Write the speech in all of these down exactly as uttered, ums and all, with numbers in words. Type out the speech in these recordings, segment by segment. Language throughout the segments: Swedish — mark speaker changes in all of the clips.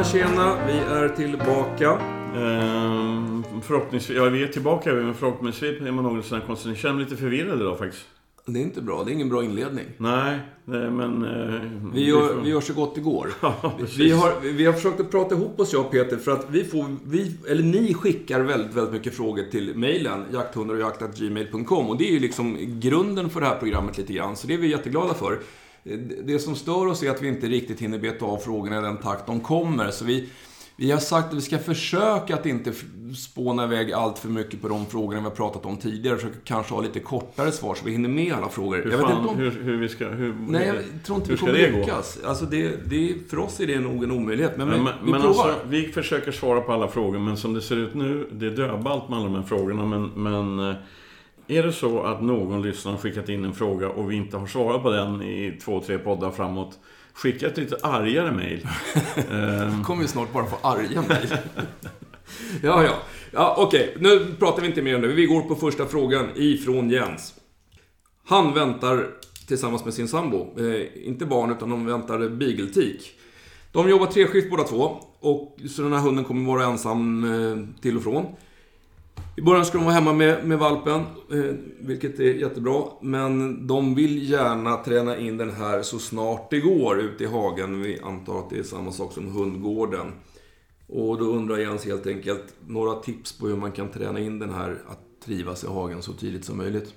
Speaker 1: tjena, vi är tillbaka.
Speaker 2: Ehm, förhoppningsvis, ja vi är tillbaka, men förhoppningsvis är man något sådär konstigt. Jag känner mig lite förvirrad idag faktiskt.
Speaker 1: Det är inte bra, det är ingen bra inledning.
Speaker 2: Nej, nej men... Eh,
Speaker 1: vi, gör, får... vi gör så gott det går.
Speaker 2: Ja,
Speaker 1: vi, har, vi har försökt att prata ihop oss, jag och Peter, för att vi får, vi, eller ni skickar väldigt, väldigt mycket frågor till mejlen, jakthundar och jakt at gmail punkt com. Och det är ju liksom grunden för det här programmet lite grann, så det är vi jätteglada för. Det som stör oss är att vi inte riktigt hinner beta av frågorna i den takt de kommer, så vi... Vi har sagt att vi ska försöka att inte spåna iväg allt för mycket på de frågorna vi har pratat om tidigare. Försöka kanske ha lite kortare svar så vi hinner med alla frågor.
Speaker 2: Hur,
Speaker 1: jag
Speaker 2: fan,
Speaker 1: vet inte om...
Speaker 2: hur, hur vi ska... Hur,
Speaker 1: Nej, jag tror inte vi kommer lyckas. Alltså det, det, för oss är det nog en omöjlighet. Men,
Speaker 2: men,
Speaker 1: vi, vi
Speaker 2: men
Speaker 1: provar.
Speaker 2: alltså, vi försöker svara på alla frågor, men som det ser ut nu, det är döballt med alla de här frågorna. Men, men är det så att någon lyssnar har skickat in en fråga och vi inte har svarat på den i två, tre poddar framåt, skicka ett lite argare mejl.
Speaker 1: um... kommer vi snart bara få arga mejl. ja, ja. ja Okej, okay. Nu pratar vi inte mer om det. Vi går på första frågan ifrån Jens. Han väntar tillsammans med sin sambo. Eh, inte barn, utan de väntar beagle-tik. De jobbar treskift båda två. Och så den här hunden kommer vara ensam eh, till och från. I början ska de vara hemma med, med valpen, eh, vilket är jättebra. Men de vill gärna träna in den här så snart det går ute i hagen. Vi antar att det är samma sak som hundgården. Och då undrar Jens helt enkelt några tips på hur man kan träna in den här att trivas i hagen så tidigt som möjligt.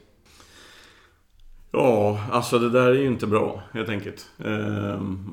Speaker 2: Ja, alltså det där är ju inte bra, helt enkelt. Ehm,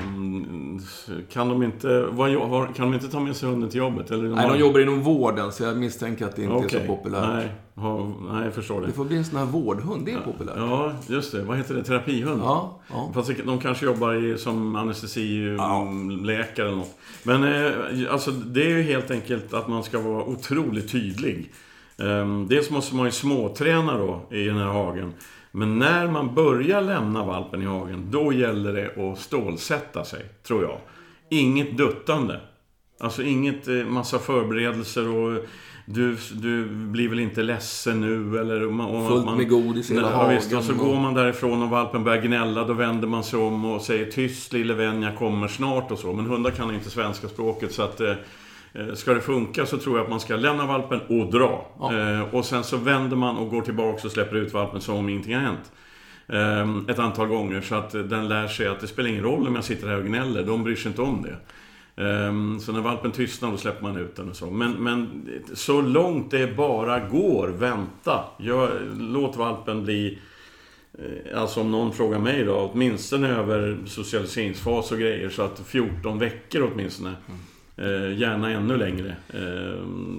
Speaker 2: kan de inte vad, kan de inte ta med sig hunden till jobbet? Eller de
Speaker 1: nej,
Speaker 2: har...
Speaker 1: de jobbar inom vården, så jag misstänker att det inte
Speaker 2: okay.
Speaker 1: är så populärt.
Speaker 2: Nej, ha, nej, jag förstår det.
Speaker 1: Det får bli en sån här vårdhund, det är
Speaker 2: ja,
Speaker 1: populärt.
Speaker 2: Ja, just det. Vad heter det? Terapihund?
Speaker 1: Ja, ja.
Speaker 2: Fast de kanske jobbar i, som anestesiläkare ja. eller något. Men eh, alltså, det är ju helt enkelt att man ska vara otroligt tydlig. Ehm, dels måste man ju småträna då i den här hagen. Men när man börjar lämna valpen i hagen, då gäller det att stålsätta sig, tror jag. Inget duttande. Alltså inget massa förberedelser och du, du blir väl inte ledsen nu. Eller, och
Speaker 1: fullt man, med godis i hela
Speaker 2: ja,
Speaker 1: hagen.
Speaker 2: Visst, och så och... går man därifrån och valpen börjar gnälla, då vänder man sig om och säger tyst lille vän, jag kommer snart och så. Men hundar kan inte svenska språket, så att... ska det funka så tror jag att man ska lämna valpen och dra. Ja. Eh, och sen så vänder man och går tillbaka och släpper ut valpen som om ingenting har hänt. Eh, ett antal gånger så att den lär sig att det spelar ingen roll om jag sitter här och gnäller. De bryr sig inte om det. Eh, så när valpen tystnar då släpper man ut den och så. Men, men så långt det bara går, vänta. Jag, låt valpen bli... Alltså om någon frågar mig då, åtminstone över socialiseringsfas och grejer, så att fjorton veckor åtminstone. Mm. Eh, gärna ännu längre. Eh,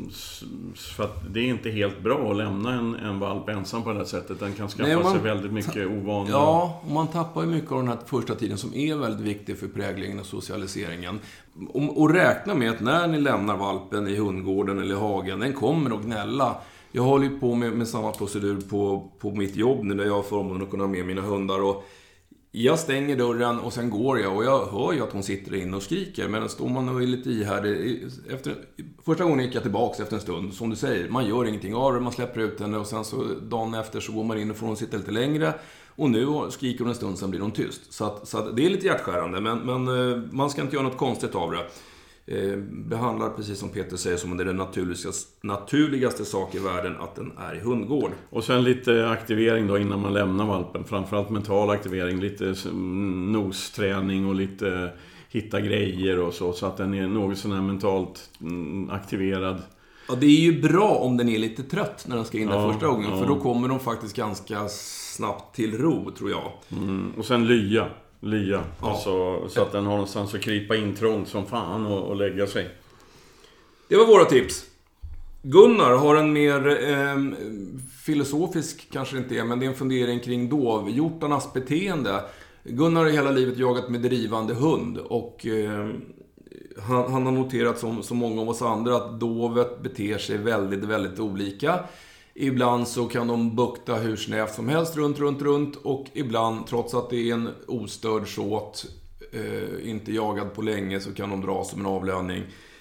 Speaker 2: för att det är inte helt bra att lämna en, en valp ensam på det här sättet. Den kan skaffa Nej, man, sig väldigt mycket ovanliga...
Speaker 1: Ja, och man tappar ju mycket av den här första tiden som är väldigt viktig för präglingen och socialiseringen. Och, och räkna med att när ni lämnar valpen i hundgården eller hagen, den kommer att gnälla. Jag håller ju på med, med samma procedur på, på mitt jobb nu, där jag har förmånen att kunna ha med mina hundar. Och jag stänger dörren och sen går jag, och jag hör ju att hon sitter inne och skriker. Men står man och är lite ihärdig. Efter, första gången gick jag tillbaka efter en stund. Som du säger, man gör ingenting av det, man släpper ut henne. Och sen så dagen efter så går man in och får hon sitta lite längre. Och nu skriker hon en stund, sen blir hon tyst. Så, att, så att det är lite hjärtskärande, men, men man ska inte göra något konstigt av det. Eh, behandlar, precis som Peter säger, som om det är den naturligaste, naturligaste sak i världen att den är i hundgård.
Speaker 2: Och sen lite aktivering då innan man lämnar valpen. Framförallt mental aktivering, lite nosträning och lite hitta grejer och så. Så att den är något sån här mentalt aktiverad.
Speaker 1: Ja, det är ju bra om den är lite trött när den ska in där
Speaker 2: ja,
Speaker 1: första gången.
Speaker 2: Ja.
Speaker 1: För då kommer de faktiskt ganska snabbt till ro, tror jag.
Speaker 2: Mm. Och sen lya. Lya,
Speaker 1: ja.
Speaker 2: alltså, så att den har någonstans att krypa in trångt som fan och, och lägga sig.
Speaker 1: Det var våra tips. Gunnar har en mer eh, filosofisk, kanske inte är, men det är en fundering kring dovhjortarnas beteende. Gunnar har hela livet jagat med drivande hund, och eh, han, han har noterat som, som många av oss andra att dovet beter sig väldigt, väldigt olika. Ibland så kan de bukta hur snävt som helst runt, runt, runt. Och ibland, trots att det är en ostörd såt, eh, inte jagad på länge, så kan de dra som en avlöning.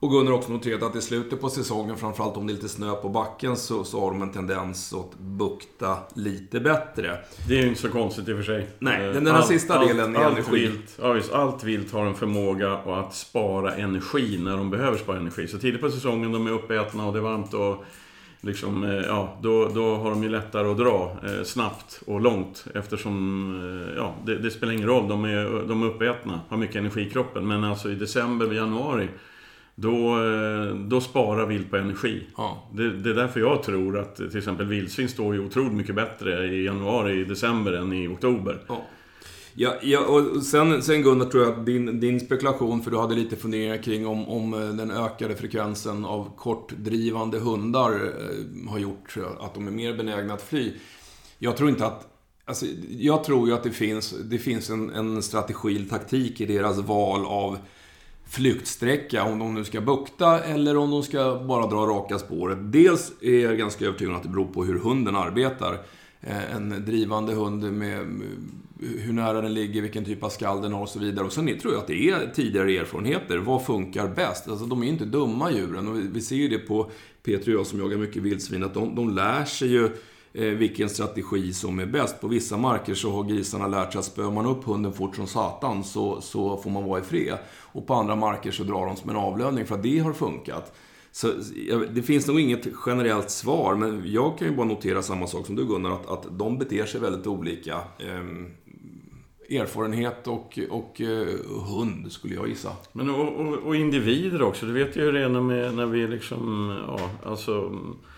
Speaker 1: Och Gunnar har också noterat att i slutet på säsongen, framförallt om det är lite snö på backen, så, så har de en tendens att bukta lite bättre.
Speaker 2: Det är ju inte så konstigt i och för sig.
Speaker 1: Nej, den här allt, sista
Speaker 2: allt,
Speaker 1: delen är
Speaker 2: allt
Speaker 1: energi.
Speaker 2: Vilt, ja, visst, allt vilt har en förmåga att spara energi när de behöver spara energi. Så tidigt på säsongen, de är uppätna och det är varmt och liksom, ja, då, då har de ju lättare att dra eh, snabbt och långt eftersom eh, ja, det, det spelar ingen roll, de är, de är uppätna, har mycket energi i kroppen. Men alltså i december och januari Då, då sparar vilt på energi.
Speaker 1: Ja.
Speaker 2: Det, det är därför jag tror att till exempel vildsvin står ju otroligt mycket bättre i januari, i december än i oktober.
Speaker 1: Ja. Ja, ja, och sen, sen Gunnar, tror jag att din, din spekulation, för du hade lite funderingar kring om, om den ökade frekvensen av kortdrivande hundar eh, har gjort att de är mer benägna att fly. Jag tror inte att alltså, jag tror ju att det finns, det finns en, en strategi eller taktik i deras val av flyktsträcka, om de nu ska bukta eller om de ska bara dra raka spåret. Dels är jag ganska övertygad att det beror på hur hunden arbetar. En drivande hund med hur nära den ligger, vilken typ av skall den har och så vidare. Och sen tror jag att det är tidigare erfarenheter. Vad funkar bäst? Alltså de är inte dumma djuren. Och vi ser ju det på Peter och jag som jagar mycket vildsvin, att de, de lär sig ju vilken strategi som är bäst. På vissa marker så har grisarna lärt sig att spöar man upp hunden fort som satan så, så får man vara i fred. Och på andra marker så drar de som en avlöning för att det har funkat. Så det finns nog inget generellt svar, men jag kan ju bara notera samma sak som du Gunnar, att, att de beter sig väldigt olika. Ehm, erfarenhet och, och uh, hund skulle jag gissa.
Speaker 2: Men och, och, och individer också, du vet ju hur det är med, när vi liksom, ja, alltså...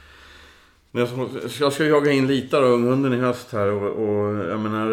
Speaker 2: Jag ska jaga in lite av unghunden i höst här och, och jag menar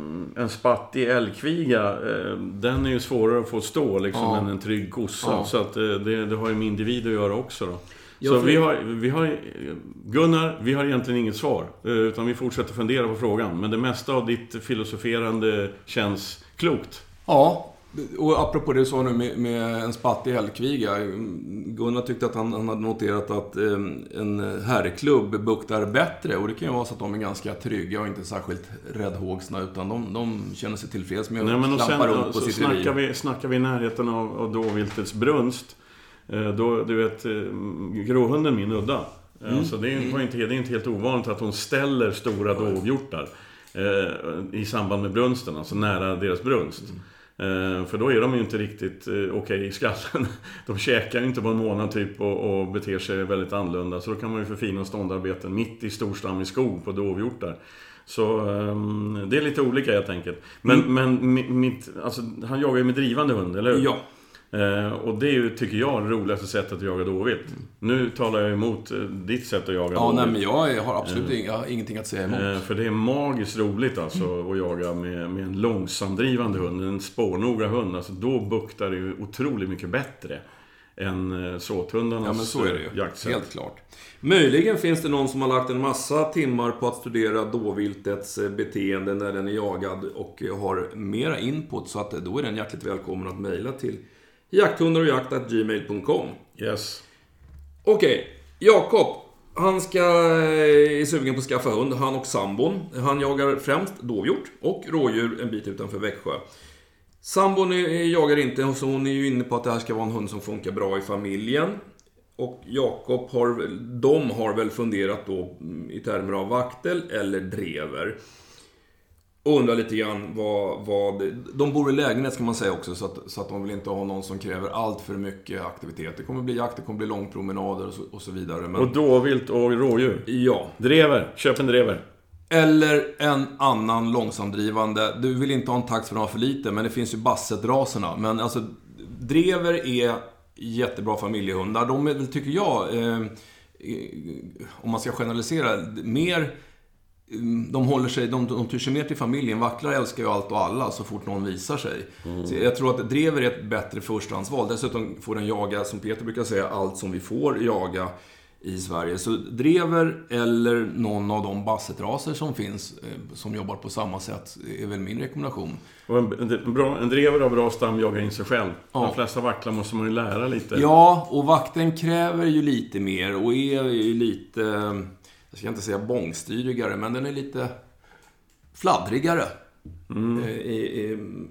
Speaker 2: en spattig älgkviga, den är ju svårare att få stå liksom ja. än en trygg kossa ja. Så att det, det har ju med individ att göra också då. Ja, så vi har, vi har Gunnar, vi har egentligen inget svar utan vi fortsätter fundera på frågan, men det mesta av ditt filosoferande känns klokt.
Speaker 1: Ja. Och apropå det så nu med, med en spattig älgkviga, Gunnar tyckte att han, han hade noterat att eh, en herrklubb buktar bättre, och det kan ju vara så att de är ganska trygga och inte särskilt räddhågsna, utan de, de känner sig tillfreds med att
Speaker 2: Nej, men
Speaker 1: klampa runt på sitt
Speaker 2: snackar vi, snackar vi i närheten av, av dåviltets brunst, eh, då, du vet, eh, gråhunden min udda. Mm. Alltså, det, är, var inte, det är inte helt ovanligt att hon ställer stora dovhjortar eh, i samband med brunsten, alltså nära deras brunst. Mm. Uh, för då är de ju inte riktigt uh, okej okay i skallen. De käkar ju inte på en månad typ och, och beter sig väldigt annorlunda. Så då kan man ju förfina ståndarbeten mitt i storstammig skog på dovhjortar. Så um, det är lite olika helt enkelt. Men, mm. men mitt, alltså, han jagar ju med drivande hund, eller hur?
Speaker 1: Ja.
Speaker 2: Uh, och det är ju, tycker jag, det roligaste sättet att jaga dåvilt. Mm. Nu talar jag emot uh, ditt sätt att jaga
Speaker 1: ja,
Speaker 2: dåvilt.
Speaker 1: Nej, men jag har absolut uh, inga, ingenting att säga emot. Uh,
Speaker 2: för det är magiskt roligt alltså mm. att jaga med, med en långsamdrivande hund, en spårnoga hund. Alltså, då buktar det ju otroligt mycket bättre än uh, såthundarnas
Speaker 1: ja, men så är det ju.
Speaker 2: jaktsätt.
Speaker 1: Helt klart. Möjligen finns det någon som har lagt en massa timmar på att studera dåviltets beteende när den är jagad och har mera input, så att då är den hjärtligt välkommen att mejla till jakthundar och jakt at gmail punkt com.
Speaker 2: Yes.
Speaker 1: Okej, okay. Jakob, han ska är sugen på att skaffa hund, han och sambon. Han jagar främst dovhjort och rådjur en bit utanför Växjö. Sambon är, jagar inte, så hon är ju inne på att det här ska vara en hund som funkar bra i familjen. Och Jakob har, de har väl funderat då i termer av vaktel eller drever. Och undrar lite grann vad, vad... De bor i lägenhet ska man säga också, så att, så att de vill inte ha någon som kräver allt för mycket aktivitet. Det kommer bli jakt, det kommer bli långpromenader och så, och så vidare. Men...
Speaker 2: Och dåvilt och rådjur?
Speaker 1: Ja.
Speaker 2: Drever, köp en drever.
Speaker 1: Eller en annan långsamdrivande. Du vill inte ha en tax för att ha för lite, men det finns ju basset-raserna. Men alltså, drever är jättebra familjehundar. De är väl, tycker jag, eh, om man ska generalisera, mer... De håller sig, de, de tycker mer till familjen. Vacklar älskar ju allt och alla så fort någon visar sig. Mm. Så jag tror att drever är ett bättre förstahandsval. Dessutom får den jaga, som Peter brukar säga, allt som vi får jaga i Sverige. Så drever eller någon av de bassetraser som finns som jobbar på samma sätt är väl min rekommendation.
Speaker 2: Och en, en, bra, en drever av bra stam jagar in sig själv. Ja. De flesta vacklar måste man ju lära lite. Ja, och vakten kräver ju lite mer och är ju lite... Jag ska inte säga bångstyrigare, men den är lite fladdrigare. Mm. I, i,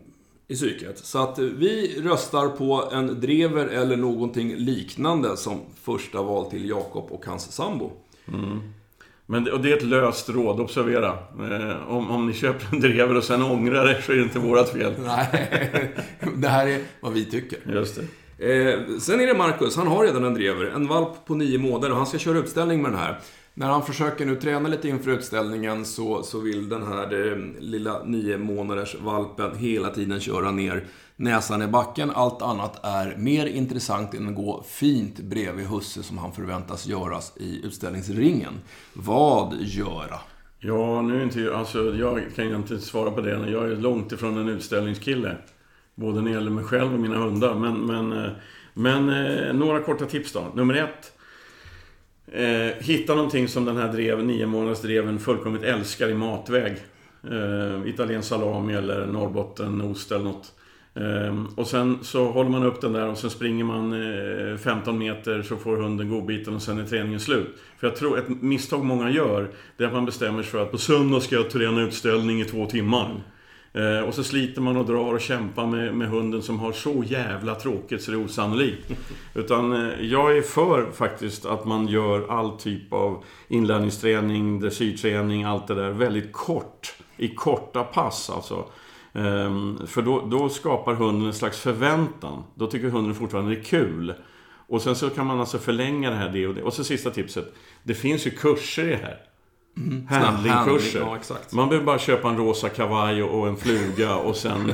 Speaker 1: i psyket. Så att vi röstar på en drever eller någonting liknande som första val till Jakob och hans sambo.
Speaker 2: Mm. Men, och det är ett löst råd, observera. Eh, om, om ni köper en drever och sen ångrar det så är det inte vårat fel.
Speaker 1: Nej, det här är vad vi tycker.
Speaker 2: Just det.
Speaker 1: Eh, sen är det Marcus, han har redan en drever. En valp på nio månader och han ska köra utställning med den här. När han försöker nu träna lite inför utställningen så, så vill den här eh, lilla nio månaders valpen hela tiden köra ner näsan i backen. Allt annat är mer intressant än att gå fint bredvid husse som han förväntas göras i utställningsringen. Vad göra?
Speaker 2: Ja, nu är inte, alltså, jag kan ju inte svara på det. Jag är långt ifrån en utställningskille. Både när det gäller mig själv och mina hundar. Men, men, men eh, några korta tips då. Nummer ett. Eh, hitta någonting som den här drev, nio månaders dreven fullkomligt älskar i matväg. Eh, italiensk salami eller Norrbotten ost eller något. Eh, och sen så håller man upp den där och sen springer man eh, femton meter så får hunden godbiten och sen är träningen slut. För jag tror ett misstag många gör det är att man bestämmer sig för att på söndag ska jag träna utställning i två timmar. Eh, och så sliter man och drar och kämpar med, med hunden som har så jävla tråkigt så det är osannolikt. Utan eh, jag är för faktiskt att man gör all typ av inlärningsträning, dressyrträning, allt det där väldigt kort. I korta pass alltså. Eh, för då, då skapar hunden en slags förväntan. Då tycker hunden fortfarande det är kul. Och sen så kan man alltså förlänga det här det och det. Och så sista tipset. Det finns ju kurser i det här. Mm. Handlingkurser. Ja, exakt. Man behöver bara köpa en rosa kavaj och en fluga och sen...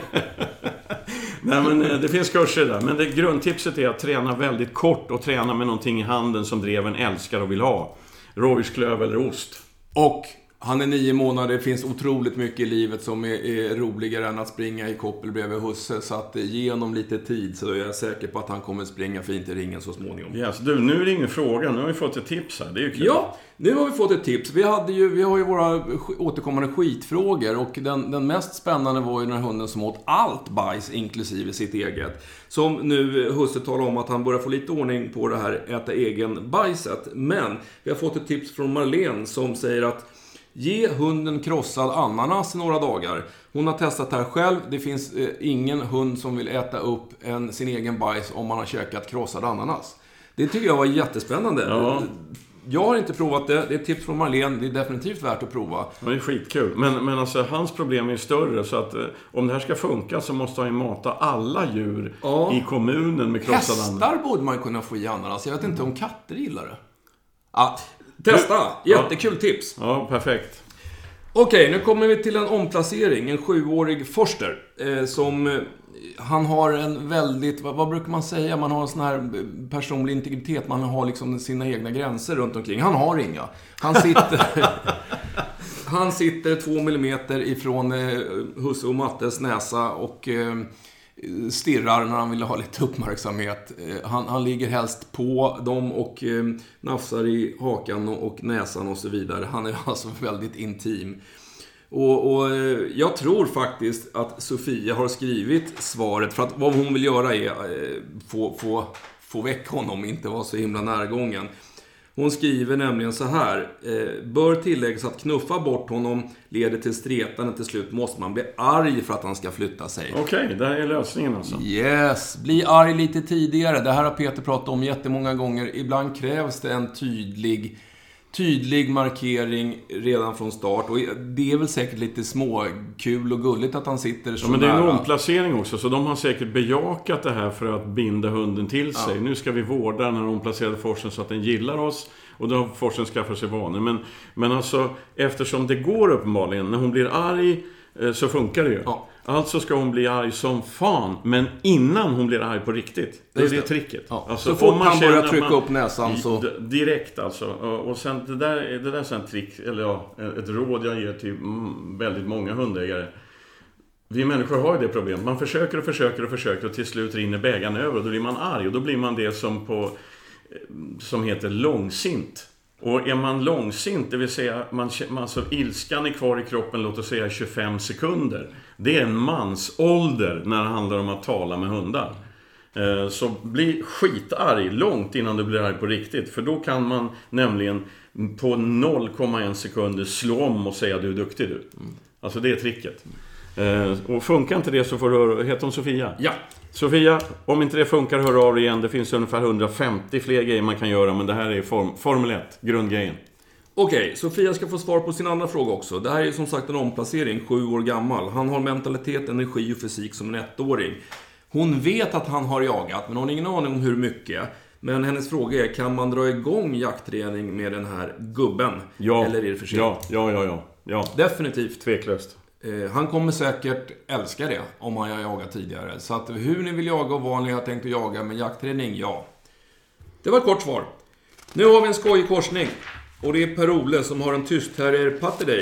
Speaker 2: Nej, men det finns kurser där. Men det grundtipset är att träna väldigt kort och träna med någonting i handen som dreven älskar och vill ha. Rådjursklöv eller ost.
Speaker 1: Och han är nio månader, det finns otroligt mycket i livet som är, är roligare än att springa i koppel bredvid husse. Så att ge honom lite tid så är jag säker på att han kommer springa fint i ringen så småningom.
Speaker 2: Yes, du, nu är det ingen fråga, nu har vi fått ett tips här, det är ju kul.
Speaker 1: Ja, nu har vi fått ett tips. Vi, hade ju, vi har ju våra återkommande skitfrågor och den, den mest spännande var ju den här hunden som åt allt bajs inklusive sitt eget. Som nu husse talar om att han börjar få lite ordning på det här äta egen bajset. Men vi har fått ett tips från Marlene som säger att ge hunden krossad ananas i några dagar. Hon har testat det här själv. Det finns eh, ingen hund som vill äta upp en, sin egen bajs om man har käkat krossad ananas. Det tycker jag var jättespännande. Ja. Jag har inte provat det. Det är ett tips från Marlene. Det är definitivt värt att prova.
Speaker 2: Det är skitkul. Men, men alltså, hans problem är ju större. Så att eh, om det här ska funka så måste han ju mata alla djur ja. i kommunen med krossad ananas.
Speaker 1: Hästar borde man kunna få i ananas. Jag vet inte om katter gillar det. Ja. Testa, jättekul ja. tips.
Speaker 2: Ja, perfekt.
Speaker 1: Okej, nu kommer vi till en omplacering. En sjuårig forster eh, som eh, han har en väldigt, vad, vad brukar man säga? Man har en sån här personlig integritet. Man har liksom sina egna gränser runt omkring. Han har inga. Han sitter han sitter två millimeter ifrån eh, husse och mattes näsa och eh, stirrar när han vill ha lite uppmärksamhet. Han, han ligger helst på dem och eh, nafsar i hakan och, och näsan och så vidare. Han är alltså väldigt intim. Och, och eh, jag tror faktiskt att Sofia har skrivit svaret för att vad hon vill göra är eh, få, få, få väck honom, inte vara så himla närgången. Hon skriver nämligen så här. Eh, bör tilläggas att knuffa bort honom leder till stretande. Till slut måste man bli arg för att han ska flytta sig.
Speaker 2: Okej, okay, det här är lösningen alltså.
Speaker 1: Yes, bli arg lite tidigare. Det här har Peter pratat om jättemånga gånger. Ibland krävs det en tydlig, tydlig markering redan från start. Och det är väl säkert lite små kul och gulligt att han sitter så
Speaker 2: ja, men det är en
Speaker 1: nära.
Speaker 2: omplacering också. Så de har säkert bejakat det här för att binda hunden till sig. Ja. Nu ska vi vårda den här omplacerade forsen så att den gillar oss. Och då har forsen skaffat sig vanor. Men, men alltså, eftersom det går uppenbarligen, när hon blir arg så funkar det ju. Ja. Alltså ska hon bli arg som fan, men innan hon blir arg på riktigt. Det är det, det tricket.
Speaker 1: Ja.
Speaker 2: Alltså,
Speaker 1: så fort man, man börjar trycka man, upp näsan så...
Speaker 2: Direkt alltså. Och sen det där, det där är en trick, eller ja, ett råd jag ger till väldigt många hundägare. Vi människor har ju det problemet. Man försöker och försöker och försöker och till slut rinner bägaren över och då blir man arg. Och då blir man det som på... som heter långsint. Och är man långsint, det vill säga man, man så ilskan är kvar i kroppen, låt oss säga tjugofem sekunder. Det är en mans ålder när det handlar om att tala med hundar. Så bli skitarg långt innan du blir arg på riktigt. För då kan man nämligen på noll komma en sekunder slå om och säga du är duktig du. Alltså det är tricket. Eh, och funkar inte det så får du... Heter hon Sofia?
Speaker 1: Ja.
Speaker 2: Sofia, om inte det funkar, hör av dig igen. Det finns ungefär hundrafemtio fler grejer man kan göra, men det här är form, Formel ett, grundgrejen.
Speaker 1: Okej, okay, Sofia ska få svar på sin andra fråga också. Det här är som sagt en omplacering, sju år gammal. Han har mentalitet, energi och fysik som en ettåring. Hon vet att han har jagat, men hon har ingen aning om hur mycket. Men hennes fråga är, kan man dra igång jaktträning med den här gubben?
Speaker 2: Ja,
Speaker 1: eller är det för sent?
Speaker 2: Ja, ja, ja, ja, ja.
Speaker 1: Definitivt.
Speaker 2: Tveklöst.
Speaker 1: Eh, han kommer säkert älska det om han har jagat tidigare. Så att hur ni vill jaga och vad ni har tänkt att jaga med jaktträning, ja. Det var ett kort svar. Nu har vi en skojig korsning. Och det är Per-Ole som har en tyst terrier Patterdale.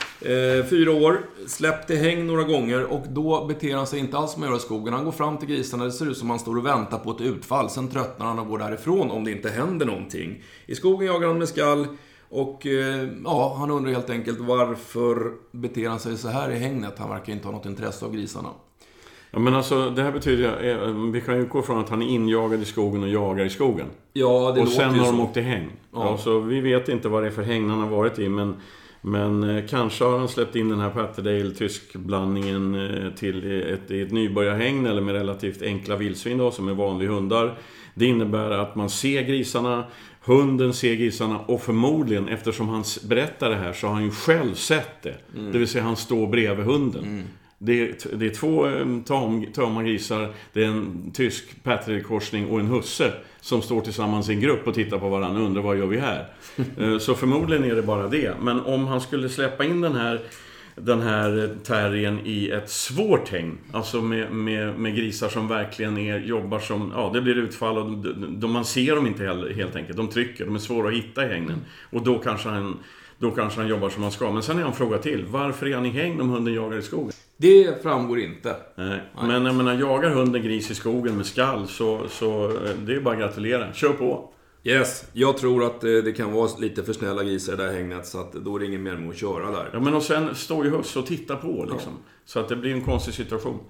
Speaker 1: Eh, fyra år, släppte häng några gånger och då beter han sig inte alls som man gör i skogen. Han går fram till grisarna, det ser ut som han står och väntar på ett utfall. Sen tröttnar han och går därifrån om det inte händer någonting. I skogen jagar han med skall och eh, ja, han undrar helt enkelt varför beter han sig så här i hängnet. Han verkar inte ha något intresse av grisarna.
Speaker 2: Ja, men alltså, det här betyder, vi kan ju gå från att han är injagad i skogen och jagar i skogen.
Speaker 1: Ja, det
Speaker 2: och
Speaker 1: låter
Speaker 2: sen
Speaker 1: ju
Speaker 2: har de
Speaker 1: så.
Speaker 2: åkt i häng.
Speaker 1: Ja.
Speaker 2: Ja, så vi vet inte vad det är för häng han har varit i, men, men eh, kanske har han släppt in den här Patterdale-tyskblandningen eh, till ett, ett nybörjarhäng eller med relativt enkla vildsvin då, som är vanliga hundar. Det innebär att man ser grisarna, hunden ser grisarna och förmodligen, eftersom han berättar det här, så har han ju själv sett det. Mm. Det vill säga han står bredvid hunden. Mm. Det är, det är två tam, tama grisar, det är en tysk Patterdale-korsning och en husse som står tillsammans i en grupp och tittar på varandra och undrar vad gör vi här. Så förmodligen är det bara det. Men om han skulle släppa in den här, den här terriern i ett svårt häng, alltså med, med, med grisar som verkligen är, jobbar som, ja det blir utfall och de, de, man ser dem inte heller, helt enkelt, de trycker, de är svåra att hitta i hängnen. Och då kanske han, då kanske han jobbar som han ska. Men sen är han fråga till, varför är han i häng om hunden jagar i skogen?
Speaker 1: Det framgår inte.
Speaker 2: Nej. Men jag menar, jagar hunden gris i skogen med skall så, så det är bara att gratulera. Kör på!
Speaker 1: Yes, jag tror att det kan vara lite för snälla grisar där hängnet, så att då är det ingen mer med att köra där.
Speaker 2: Ja, men och sen står ju husse och tittar på liksom. Ja. Så att det blir en konstig situation.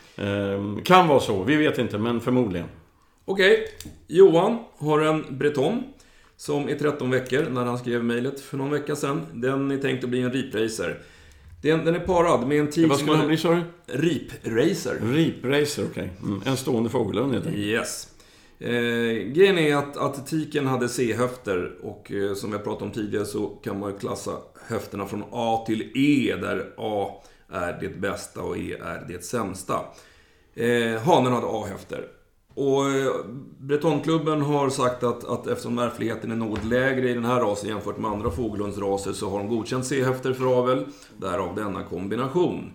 Speaker 2: Ehm, kan vara så, vi vet inte, men förmodligen.
Speaker 1: Okej, okay. Johan har en breton som är tretton veckor när han skrev mejlet för någon vecka sedan. Den är tänkt att bli en ripracer. Den, den är parad med en tid...
Speaker 2: Vad ska den bli, sa du?
Speaker 1: Ripracer.
Speaker 2: Ripracer, okej. Okay. Mm, en stående fågelund heter det.
Speaker 1: Yes. Eh, grejen är att, att tiken hade C-höfter och eh, som jag pratade om tidigare så kan man klassa höfterna från A till E, där A är det bästa och E är det sämsta. Eh, hanen hade A-höfter. Och eh, Bretonklubben har sagt att, att eftersom ärftligheten är något lägre i den här rasen jämfört med andra fågelhundsraser så har de godkänt C-höfter för avel, därav denna kombination.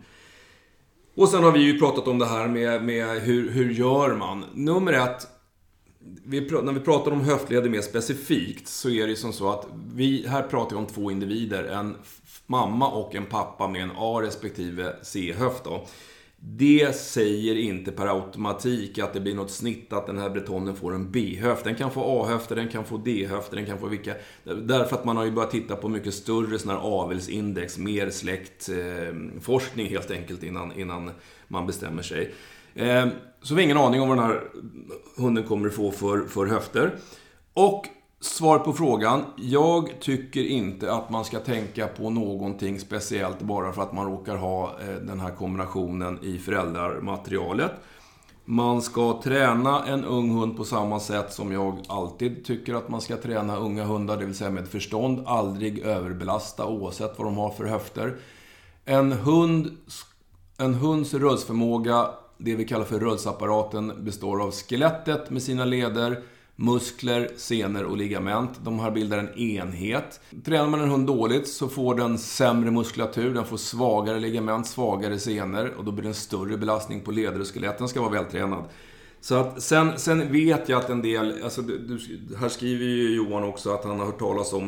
Speaker 1: Och sen har vi ju pratat om det här med, med hur, hur gör man. Nummer ett, vi, när vi pratar om höftleder mer specifikt så är det som så att vi här pratar om två individer, en mamma och en pappa med en A respektive C-höft då. Det säger inte per automatik att det blir något snitt att den här bretonen får en B-höft. Den kan få A-höfter, den kan få D-höfter, den kan få vilka... Därför att man har ju börjat titta på mycket större sån här avelsindex, mer släktforskning eh, helt enkelt innan, innan man bestämmer sig. Eh, så vi har ingen aning om vad den här hunden kommer att få för, för höfter. Och svar på frågan, jag tycker inte att man ska tänka på någonting speciellt bara för att man råkar ha den här kombinationen i föräldramaterialet. Man ska träna en ung hund på samma sätt som jag alltid tycker att man ska träna unga hundar, det vill säga med förstånd, aldrig överbelasta oavsett vad de har för höfter. En hund, en hunds rörelseförmåga, det vi kallar för rörelseapparaten, består av skelettet med sina leder, muskler, senor och ligament. De här bildar en enhet. Tränar man en hund dåligt så får den sämre muskulatur, den får svagare ligament, svagare senor och då blir det en större belastning på leder och skelett. Den ska vara vältränad. Så att sen, sen vet jag att en del, alltså du, här skriver ju Johan också att han har hört talas om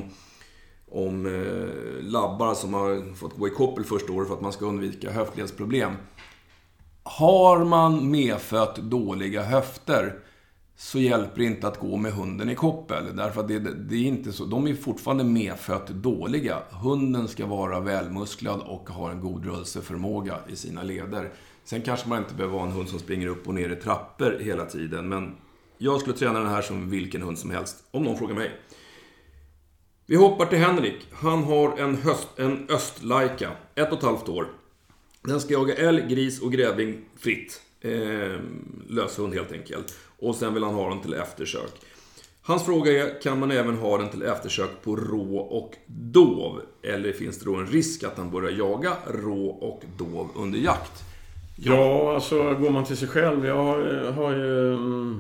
Speaker 1: om eh, labbar som har fått gå i koppel första året för att man ska undvika höftledsproblem. Har man medfött dåliga höfter så hjälper det inte att gå med hunden i koppel. Därför att det, det är inte så. De är fortfarande medfött dåliga. Hunden ska vara välmusklad och ha en god rörelseförmåga i sina leder. Sen kanske man inte behöver vara en hund som springer upp och ner i trappor hela tiden. Men jag skulle träna den här som vilken hund som helst, om någon frågar mig. Vi hoppar till Henrik. Han har en, höst, en östlaika, ett och ett halvt år. Den ska jaga älg, gris och grävling fritt. Eh, löshund helt enkelt. Och sen vill han ha den till eftersök. Hans fråga är, kan man även ha den till eftersök på rå och dov? Eller finns det då en risk att han börjar jaga rå och dov under jakt?
Speaker 2: Ja, alltså går man till sig själv. Jag har, har, ju,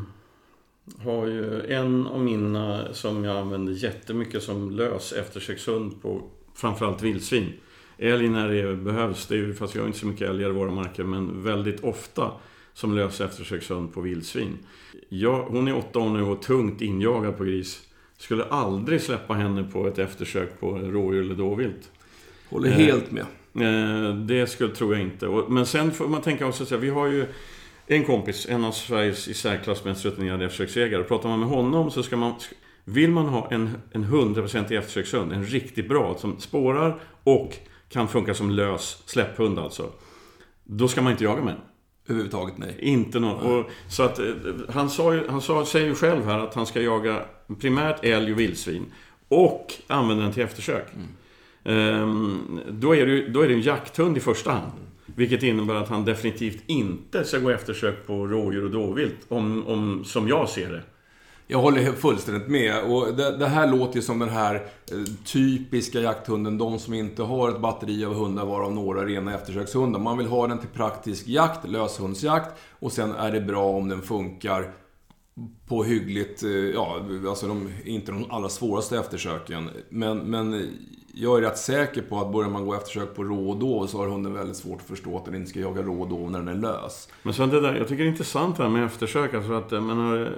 Speaker 2: har ju en av mina som jag använder jättemycket som lös eftersökshund på framförallt vildsvin. Älg när det behövs, det är ju, fast jag har inte så mycket älgar i våra marker, men väldigt ofta som lös eftersökshund på vildsvin. Jag, hon är åtta år nu och tungt injagad på gris. Skulle aldrig släppa henne på ett eftersök på rådjur eller dåvilt.
Speaker 1: Håller helt med.
Speaker 2: Eh, det skulle, tror jag inte. Och, men sen får man tänka också så vi har ju en kompis, en av Sveriges i särklass mest rutinerade eftersöksjägare. Pratar man med honom så ska man, vill man ha en, en hundra procent eftersökshund, en riktigt bra som spårar och kan funka som lös släpphund alltså. Då ska man inte jaga med den.
Speaker 1: Överhuvudtaget nej.
Speaker 2: Inte någon. Och, så att, han, sa ju, han sa, säger ju själv här att han ska jaga primärt älg och vildsvin och använda den till eftersök. Mm. Ehm, då, är det, då är det en jakthund i första hand. Vilket innebär att han definitivt inte ska gå eftersök på rådjur och dåvilt om, om, som jag ser det.
Speaker 1: Jag håller fullständigt med. Och det, det här låter ju som den här eh, typiska jakthunden. De som inte har ett batteri av hundar, varav några rena eftersökshundar. Man vill ha den till praktisk jakt, löshundsjakt. Och sen är det bra om den funkar på hyggligt, eh, ja, alltså de inte de allra svåraste eftersöken. Men, men jag är rätt säker på att börjar man gå eftersök på rå och dov så har hunden väldigt svårt att förstå att den inte ska jaga rå och dov när den är lös.
Speaker 2: Men så det där, jag tycker det är intressant det här med eftersök. Alltså att, men,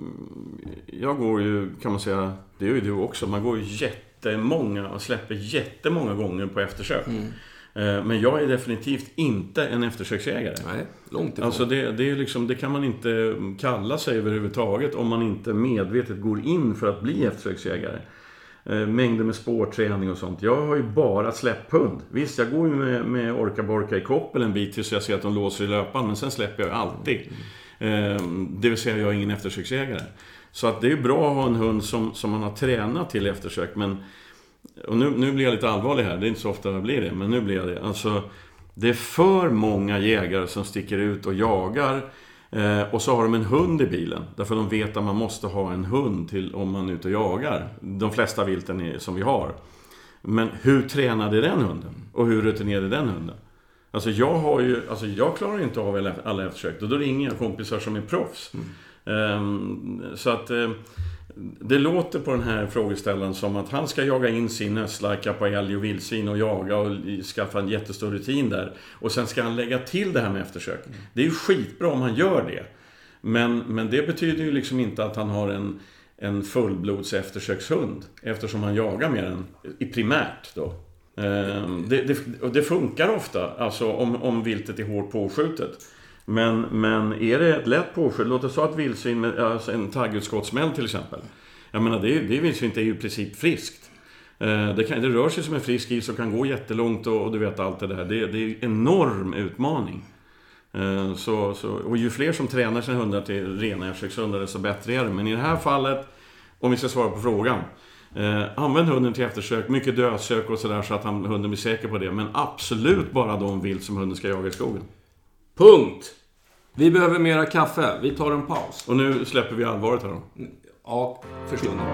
Speaker 2: jag går ju, kan man säga, det är ju du också. Man går ju jättemånga och släpper jättemånga gånger på eftersök. Mm. Men jag är definitivt inte en eftersöksjägare.
Speaker 1: Nej, långt ifrån.
Speaker 2: Alltså det, det, är liksom, det kan man inte kalla sig överhuvudtaget om man inte medvetet går in för att bli eftersöksjägare. Mängder med spårträning och sånt. Jag har ju bara släpphund. Visst, jag går ju med, med orka-borka i koppel en bit tills jag ser att de låser i löpan. Men sen släpper jag alltid. Mm. Det vill säga, jag är ingen eftersöksjägare. Så att det är bra att ha en hund som, som man har tränat till eftersök. Men, och nu, nu blir jag lite allvarlig här. Det är inte så ofta jag blir det. Men nu blir jag det. Alltså, det är för många jägare som sticker ut och jagar. Eh, och så har de en hund i bilen. Därför de vet att man måste ha en hund till om man är ute och jagar. De flesta vilten är, som vi har. Men hur tränade den hunden? Och hur rutinerade den hunden? Alltså jag har ju, alltså jag klarar inte av alla eftersök. Och då ringer jag kompisar som är proffs. Mm. Eh, så att eh, det låter på den här frågeställaren som att han ska jaga in sin nösslajka på älg och vildsvin och jaga och skaffa en jättestor rutin där. Och sen ska han lägga till det här med eftersök. Mm. Det är ju skitbra om han gör det. Men, men det betyder ju liksom inte att han har en, en fullblods eftersökshund. Eftersom han jagar med den i primärt då. Ehm, det, det, och det funkar ofta, alltså om, om viltet är hårt påskjutet. Men, men är det ett lätt påskjut, låt oss ha ett vildsvin med alltså en taggutskottsmäll till exempel. Jag menar, det, det vildsvinet är ju i princip friskt. Eh, det, kan, det rör sig som en frisk is och kan gå jättelångt och, och du vet allt det där. Det, det är en enorm utmaning. Eh, så, så, och ju fler som tränar sina hundar till rena eftersökshundar desto bättre är det. Men i det här fallet, om vi ska svara på frågan. Eh, använd hunden till eftersök, mycket dödsök och sådär så att han, hunden blir säker på det. Men absolut bara de vilt som hunden ska jaga i skogen.
Speaker 1: Punkt. Vi behöver mera kaffe. Vi tar en paus.
Speaker 2: Och nu släpper vi allvaret här då.
Speaker 1: Ja, för stunden.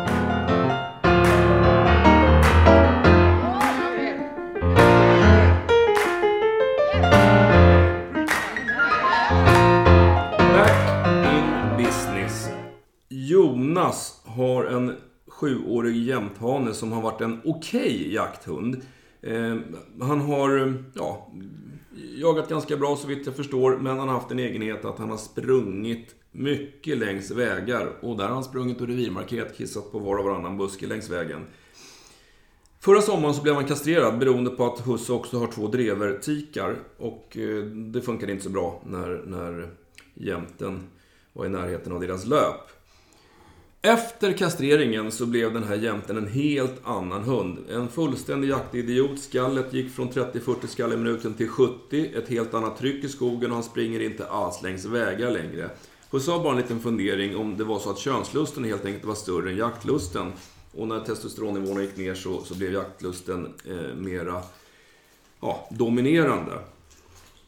Speaker 1: Back in business. Jonas har en sjuårig jämthane som har varit en okej jakthund. Eh, han har, ja... jagat ganska bra så vitt jag förstår, men han har haft en egenhet att han har sprungit mycket längs vägar och där har han sprungit och revirmarkerat, kissat på var och varannan buske längs vägen. Förra sommaren så blev han kastrerad beroende på att husse också har två drevertikar och det funkade inte så bra när, när jämten var i närheten av deras löp. Efter kastreringen så blev den här jämten en helt annan hund. En fullständig jaktidiot. Skallet gick från trettio till fyrtio skall i minuten till sjuttio. Ett helt annat tryck i skogen och han springer inte alls längs vägar längre. Husse har bara en liten fundering om det var så att könslusten helt enkelt var större än jaktlusten. Och när testosteronnivån gick ner så, så blev jaktlusten eh, mera ja, dominerande.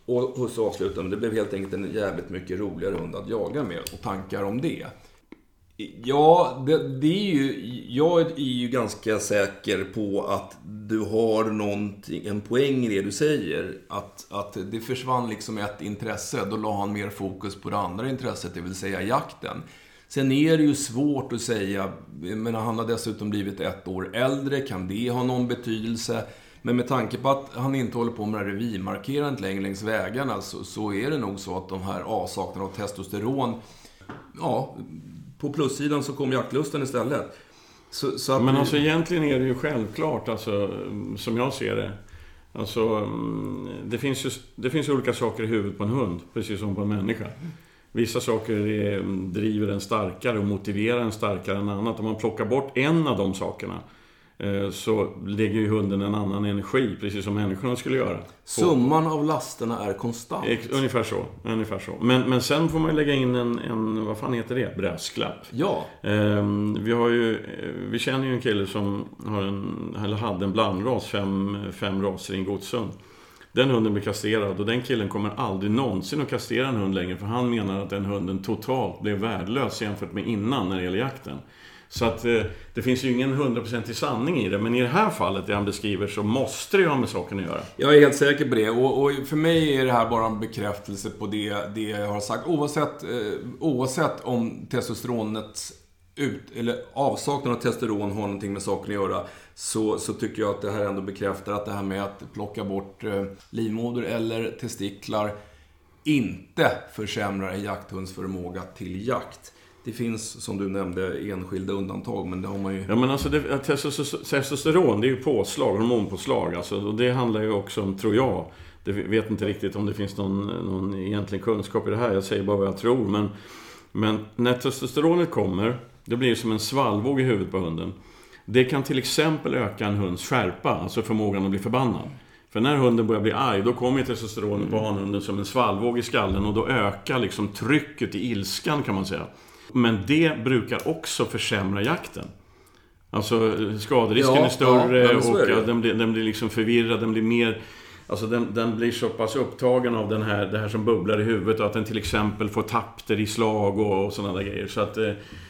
Speaker 1: Och, och så avslutade det blev helt enkelt en jävligt mycket roligare hund att jaga med och tankar om det. Ja, det, det är ju, jag är ju ganska säker på att du har någonting, en poäng i det du säger. Att, att det försvann liksom ett intresse, då la han mer fokus på det andra intresset, det vill säga jakten. Sen är det ju svårt att säga, men han har dessutom blivit ett år äldre, kan det ha någon betydelse? Men med tanke på att han inte håller på med revirmarkerandet längre längs vägarna så, så är det nog så att de här avsaknaden av testosteron, ja, på plussidan så kommer jaktlusten istället. Så, så att
Speaker 2: men
Speaker 1: vi...
Speaker 2: alltså egentligen är det ju självklart, alltså, som jag ser det. Alltså, det finns ju det finns olika saker i huvudet på en hund, precis som på en människa. Vissa saker är, driver en starkare och motiverar en starkare än annat. Om man plockar bort en av de sakerna så lägger ju hunden en annan energi, precis som människorna skulle göra.
Speaker 1: Summan av lasterna är konstant.
Speaker 2: Ungefär så, ungefär så. Men, men sen får man lägga in en, en, vad fan heter det? Brösklapp.
Speaker 1: Ja.
Speaker 2: Um, vi har ju, vi känner ju en kille som har en, eller hade en blandras, fem, fem raser i en godshund. Den hunden blir kastrerad och den killen kommer aldrig någonsin att kastrera en hund längre, för han menar att den hunden totalt blev värdelös jämfört med innan när det gäller jakten. Så att eh, det finns ju ingen hundraprocentig sanning i det. Men i det här fallet, det han beskriver, så måste det ju ha med saken att göra.
Speaker 1: Jag är helt säker på det. Och, och för mig är det här bara en bekräftelse på det, det jag har sagt. Oavsett, eh, oavsett om testosteronets ut, eller avsaknad av testosteron har någonting med saken att göra, så, så tycker jag att det här ändå bekräftar att det här med att plocka bort eh, livmoder eller testiklar inte försämrar en jakthunds förmåga till jakt. Det finns, som du nämnde, enskilda undantag, men det har man ju...
Speaker 2: Ja, men alltså det, testosteron, det är ju påslag, hormonpåslag. Alltså, och det handlar ju också om, tror jag, det vet inte riktigt om det finns någon, någon egentlig kunskap i det här. Jag säger bara vad jag tror. Men, men när testosteronet kommer, det blir som en svallvåg i huvudet på hunden. Det kan till exempel öka en hunds skärpa, alltså förmågan att bli förbannad. För när hunden börjar bli arg, då kommer testosteronet på hanhunden som en svallvåg i skallen, och då ökar liksom trycket i ilskan, kan man säga. Men det brukar också försämra jakten. Alltså skaderisken ja, är större ja, och är den, blir, den blir liksom förvirrad, den blir mer... Alltså den, den blir så pass upptagen av den här, det här som bubblar i huvudet, och att den till exempel får tapter i slag och, och sådana där grejer. Så att eh,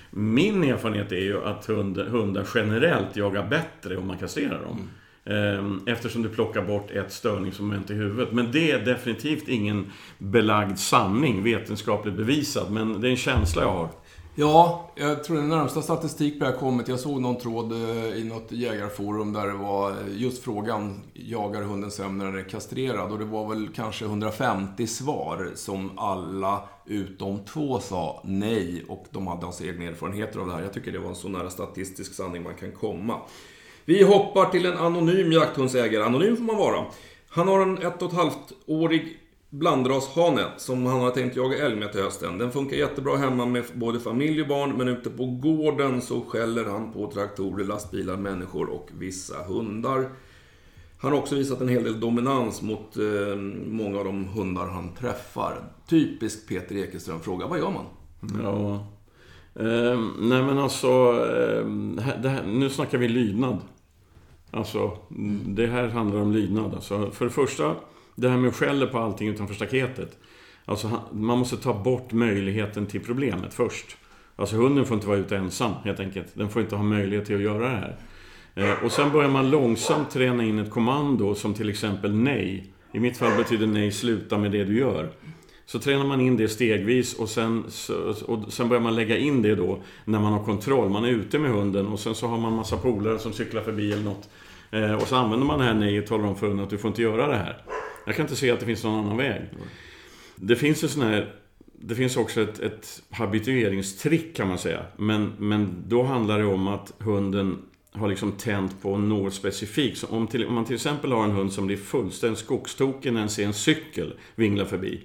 Speaker 2: min erfarenhet är ju att hund, hundar generellt jagar bättre om man kastrerar dem. Mm. Eftersom du plockar bort ett störningsmoment i huvudet. Men det är definitivt ingen belagd sanning, vetenskapligt bevisad. Men det är en känsla jag har.
Speaker 1: Ja, jag tror den närmsta statistik på det här kommit. Jag såg någon tråd i något jägarforum där det var just frågan: jagar hunden sämre när den är kastrerad? Och det var väl kanske hundrafemtio svar som alla utom två sa nej. Och de hade alltså egna erfarenheter av det här. Jag tycker det var en så nära statistisk sanning man kan komma. Vi hoppar till en anonym jakthundsägare. Anonym får man vara. Han har en ett och ett halvt årig blandrashane som han har tänkt jaga älg med till hösten. Den funkar jättebra hemma med både familj och barn, men ute på gården så skäller han på traktorer, lastbilar, människor och vissa hundar. Han har också visat en hel del dominans mot eh, många av de hundar han träffar. Typisk Peter Ekeström fråga, vad gör man?
Speaker 2: Ja... Eh, nej men alltså eh, det här, nu snackar vi lydnad. Alltså det här handlar om lydnad. Alltså, för det första, det här med att skälla på allting utanför staketet. Alltså man måste ta bort möjligheten till problemet först. Alltså hunden får inte vara ute ensam helt enkelt. Den får inte ha möjlighet till att göra det här. eh, Och sen börjar man långsamt träna in ett kommando som till exempel nej. I mitt fall betyder nej, sluta med det du gör. Så tränar man in det stegvis och sen, och sen börjar man lägga in det då när man har kontroll. Man är ute med hunden och sen så har man massa polare som cyklar förbi eller något. Eh, och så använder man det här nej och talar om för hunden att du får inte göra det här. Jag kan inte se att det finns någon annan väg. Det finns en sån här, det finns också ett, ett habitueringstrick kan man säga. Men, men då handlar det om att hunden har liksom tänt på något specifikt. Så om, till, om man till exempel har en hund som blir fullständigt skogstoken när den ser en cykel vingla förbi.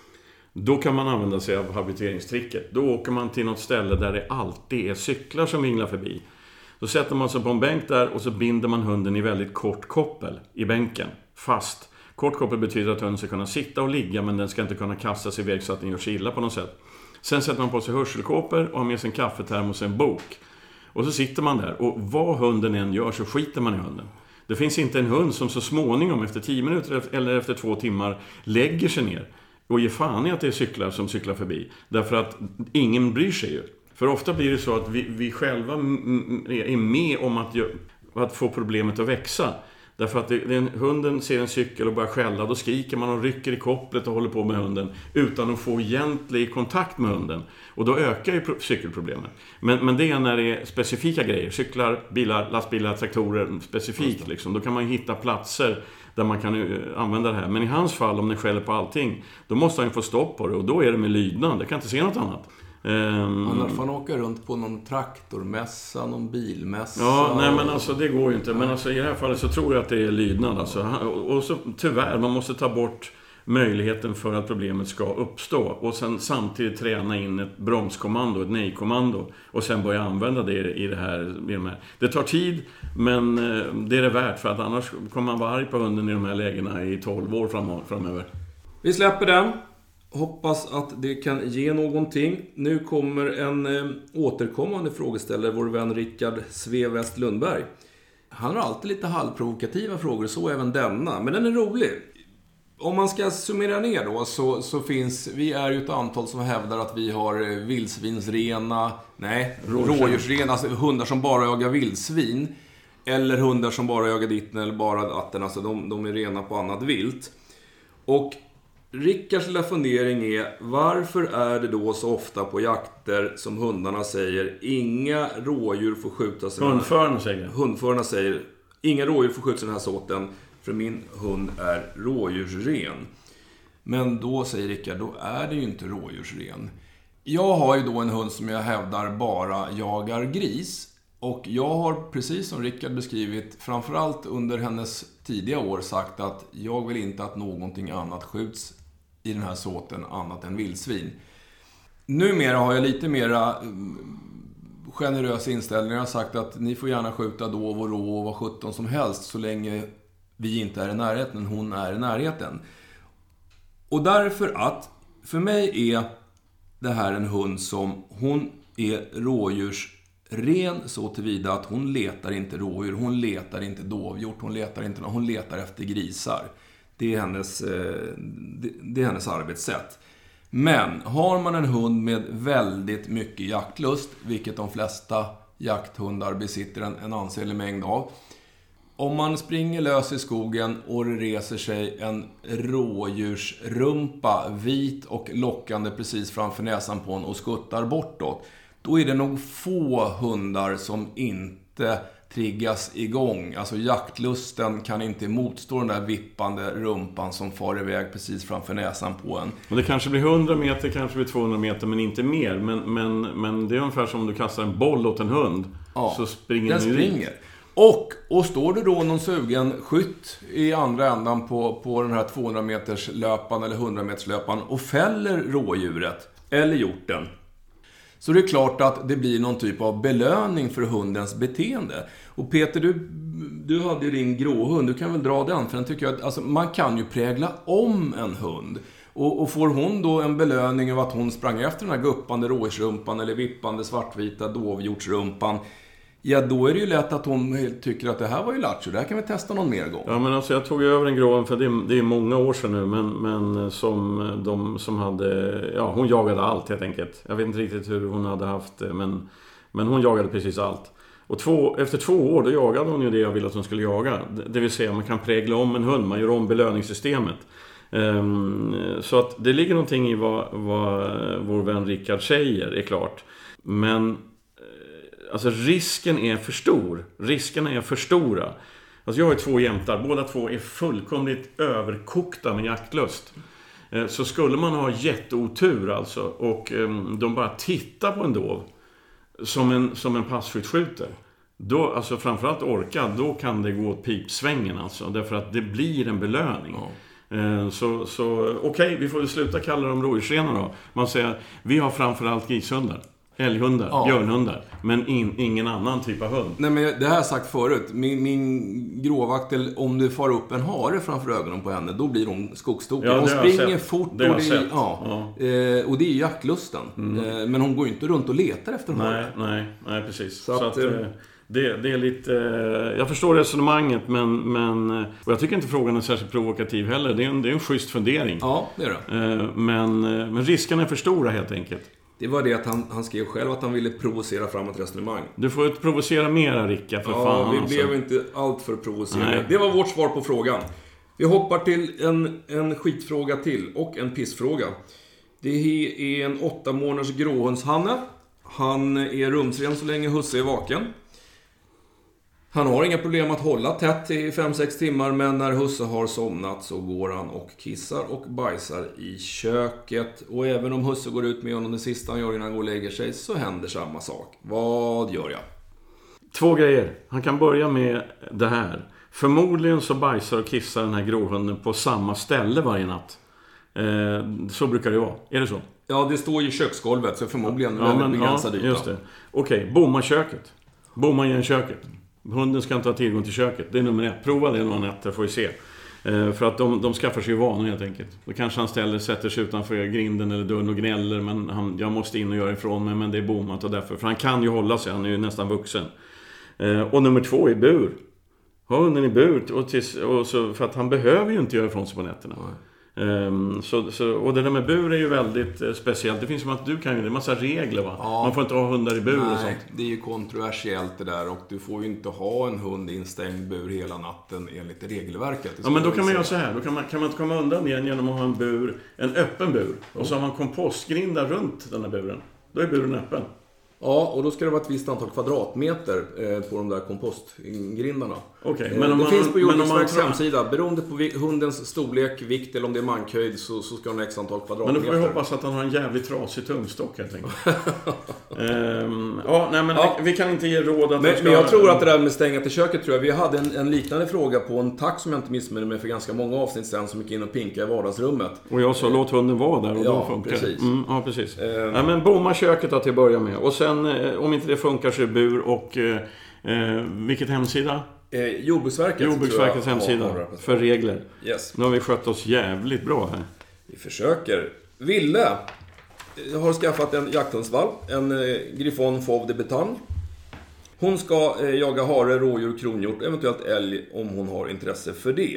Speaker 2: Då kan man använda sig av habitueringstricket. Då åker man till något ställe där det alltid är cyklar som vinglar förbi. Då sätter man sig på en bänk där och så binder man hunden i väldigt kort koppel i bänken. Fast. Kort koppel betyder att hunden ska kunna sitta och ligga, men den ska inte kunna kasta sig iväg så att den gör sig illa på något sätt. Sen sätter man på sig hörselkåpor och har med sig en kaffetermos och en bok. Och så sitter man där och vad hunden än gör så skiter man i hunden. Det finns inte en hund som så småningom efter tio minuter eller efter två timmar lägger sig ner och ger fan i att det är cyklar som cyklar förbi. Därför att ingen bryr sig ju. För ofta blir det så att vi, vi själva är med om att, att få problemet att växa. Därför att det, det, hunden ser en cykel och börjar skälla, då skriker man och rycker i kopplet och håller på med hunden utan att få egentlig kontakt med hunden. Och då ökar ju cykelproblemet. Men, men det är när det är specifika grejer, cyklar, bilar, lastbilar, traktorer specifikt. Liksom. Då kan man ju hitta platser där man kan använda det här. Men i hans fall, om ni skäller på allting, då måste han ju få stopp på det. Och då är det med lydnad, det kan inte se något annat.
Speaker 1: Um, Annars får han åka runt på någon traktormässa, någon bilmässa.
Speaker 2: Ja, nej men alltså det går ju inte. Men alltså i det här fallet så tror jag att det är lydnad. Alltså. Och så tyvärr, man måste ta bort möjligheten för att problemet ska uppstå. Och sen samtidigt träna in ett bromskommando, ett nej-kommando. Och sen börja använda det i det här. I de här. Det tar tid, men det är det värt. För att annars kommer man vara arg på hunden i de här lägena i tolv år framöver.
Speaker 1: Vi släpper den. Hoppas att det kan ge någonting. Nu kommer en eh, återkommande frågeställare, vår vän Rickard Svevest Lundberg. Han har alltid lite halvprovokativa frågor, så även denna. Men den är rolig. Om man ska summera ner då, så, så finns... Vi är ju ett antal som hävdar att vi har vildsvinsrena... Nej, rådjursrena. Alltså hundar som bara jagar vildsvin. Eller hundar som bara jagar ditten eller bara datten. Alltså de, de är rena på annat vilt. Och... Rickards lilla fundering är, varför är det då så ofta på jakter som hundarna säger inga rådjur får skjutas?
Speaker 2: Hundförarna säger
Speaker 1: Hundförarna säger inga rådjur får skjutas i den här såten för min hund är rådjursren. Men då säger Rickard, då är det ju inte rådjursren. Jag har ju då en hund som jag hävdar bara jagar gris. Och jag har, precis som Rickard beskrivit, framförallt under hennes tidiga år sagt att jag vill inte att någonting annat skjuts i den här såten annat än vildsvin. Numera har jag lite mera generös inställning. Jag har sagt att ni får gärna skjuta dov och rå och vad sjutton som helst så länge vi inte är i närheten, hon är i närheten. Och därför att för mig är det här en hund som hon är rådjursren så tillvida att hon letar inte rådjur, hon letar inte dovhjort, hon letar inte, hon letar efter grisar. Det är hennes, det är hennes arbetssätt. Men har man en hund med väldigt mycket jaktlust, vilket de flesta jakthundar besitter en, en ansenlig mängd av. Om man springer lös i skogen och det reser sig en rådjursrumpa, vit och lockande precis framför näsan på en och skuttar bortåt, då är det nog få hundar som inte triggas igång. Alltså jaktlusten kan inte motstå den där vippande rumpan som far iväg precis framför näsan på en.
Speaker 2: Och det kanske blir hundra meter, kanske blir tvåhundra meter, men inte mer. Men, men, men det är ungefär som om du kastar en boll åt en hund.
Speaker 1: Ja,
Speaker 2: så springer
Speaker 1: den
Speaker 2: den
Speaker 1: springer. Och, och står det då någon sugen skytt i andra ändan på, på den här tvåhundra meters löpan eller hundra meters löpan och fäller rådjuret eller hjorten, så det är klart att det blir någon typ av belöning för hundens beteende. Och Peter, du, du hade ju din gråhund. Du kan väl dra den, för den tycker jag att alltså, man kan ju prägla om en hund. Och, och får hon då en belöning av att hon sprang efter den här guppande rådjursrumpan eller vippande svartvita dovhjortsrumpan, ja, då är det ju lätt att hon tycker att det här var ju lattjo, det här kan vi testa någon mer gång.
Speaker 2: Ja, men alltså jag tog över en gråen för det är, det är många år sedan nu, men, men som de som hade, ja, hon jagade allt helt enkelt. Jag vet inte riktigt hur hon hade haft det, men, men hon jagade precis allt. Och två, efter två år då jagade hon ju det jag ville att hon skulle jaga. Det vill säga man kan prägla om en hund, man gör om belöningssystemet. Um, så att det ligger någonting i vad, vad vår vän Rickard säger, är klart. Men alltså risken är för stor. Riskerna är för stora. Alltså jag har ju två jämtar. Båda två är fullkomligt överkokta med jaktlust. Så skulle man ha jätteotur alltså, och de bara tittar på en dov som en, som en passkytt skjuter, då, alltså framförallt orka, då kan det gå åt pipsvängen alltså. Därför att det blir en belöning. Ja. Så, så okej, okay, vi får sluta kalla dem rådjursrenar då. Man säger, vi har framförallt grishundar, älghundar, ja, björnhundar, men in, ingen annan typ av hund.
Speaker 1: Nej, men det här har jag sagt förut. Min, min gråvaktel, om du far upp en hare framför ögonen på henne, då blir hon skogstokig.
Speaker 2: Ja,
Speaker 1: hon springer fort
Speaker 2: det
Speaker 1: och, det, ja, ja. Eh, och det är jaktlusten. Mm. Eh, men hon går inte runt och letar efter en
Speaker 2: nej,
Speaker 1: hare.
Speaker 2: Nej, nej, precis.
Speaker 1: Så, så att, att,
Speaker 2: Det, det är lite... Jag förstår resonemanget, men, men... Och jag tycker inte frågan är särskilt provokativ heller. Det är en, det är en schysst fundering.
Speaker 1: Ja, det är det.
Speaker 2: Men, men risken är för stora helt enkelt.
Speaker 1: Det var det att han, han skrev själv att han ville provocera fram ett resonemang.
Speaker 2: Du får inte provocera mera, Ricka, för
Speaker 1: ja,
Speaker 2: fan.
Speaker 1: vi
Speaker 2: alltså.
Speaker 1: blev inte allt för provocerade. Det var vårt svar på frågan. Vi hoppar till en, en skitfråga till och en pissfråga. Det är en åtta månaders gråhundshanne. Han är rumsren så länge husse är vaken. Han har inga problem att hålla tätt i fem sex timmar, men när husse har somnat så går han och kissar och bajsar i köket. Och även om husse går ut med honom det sista han gör innan han går och lägger sig, så händer samma sak. Vad gör jag?
Speaker 2: Två grejer. Han kan börja med det här. Förmodligen så bajsar och kissar den här gråhunden på samma ställe varje natt. Eh, så brukar det vara. Är det så?
Speaker 1: Ja, det står ju köksgolvet, så förmodligen
Speaker 2: ja,
Speaker 1: väldigt begränsad yta.
Speaker 2: Ja, just det. Okej, okay, bomma köket. Bomma igen köket. Hunden ska inte ha tillgång till köket. Det är nummer ett. Prova det några nätter, får vi se. Eh, för att de, de skaffar sig ju vanor helt enkelt. Då kanske han ställer, sätter sig utanför grinden eller dörren och gnäller. Men han, jag måste in och göra ifrån mig, men det är bommat och därför. För han kan ju hålla sig, han är ju nästan vuxen. Eh, och nummer två är bur. Ha hunden i bur. Och tills, och så, för att han behöver ju inte göra ifrån sig på nätterna. Mm. Um, så, så, och det där med bur är ju väldigt eh, speciellt. Det finns som att du kan ju, det är en massa regler, va? Ja. Man får inte ha hundar i bur. Nej, och sånt.
Speaker 1: Det är ju kontroversiellt det där. Och du får ju inte ha en hund i en stängd bur hela natten enligt regelverket.
Speaker 2: Ja, men då kan man göra så här. Då kan man, kan man inte komma undan igen genom att ha en bur, en öppen bur. Mm. Och så har man kompostgrindar runt den här buren. Då är buren öppen.
Speaker 1: Ja, och då ska det vara ett visst antal kvadratmeter eh, på de där kompostgrindarna.
Speaker 2: Okay,
Speaker 1: eh,
Speaker 2: men om
Speaker 1: det
Speaker 2: man,
Speaker 1: finns på Jordbruksverkets
Speaker 2: man...
Speaker 1: hemsida. Beroende på vi- hundens storlek, vikt eller om det är mankhöjd så, så ska den ha x antal kvadratmeter.
Speaker 2: Men då får vi hoppas att han har en jävligt trasig tungstock helt enkelt. ehm, ja, nej, men ja. Vi, vi kan inte ge råd att...
Speaker 1: Men,
Speaker 2: ska...
Speaker 1: men jag tror att det där med stänga till köket, tror jag. Vi hade en, en liknande fråga på en tack som jag inte missminner mig för ganska många avsnitt sedan som gick in och pinka i vardagsrummet.
Speaker 2: Och jag sa, låt hunden vara där och
Speaker 1: ja,
Speaker 2: då funkar
Speaker 1: precis.
Speaker 2: Mm, ja, precis.
Speaker 1: Ehm.
Speaker 2: Ja, men bomma köket då till att börja med. Och sen, om inte det funkar så är bur och... Eh, vilket hemsida?
Speaker 1: Eh, Jordbruksverket.
Speaker 2: Jordbruksverkets hemsida. Har, har för regler.
Speaker 1: Yes.
Speaker 2: Nu har vi skött oss jävligt bra här.
Speaker 1: Vi försöker. Ville har skaffat en jakthundsvalp. En eh, Griffon Fauve de Bretagne. Hon ska eh, jaga hare, rådjur, kronhjort, eventuellt älg om hon har intresse för det.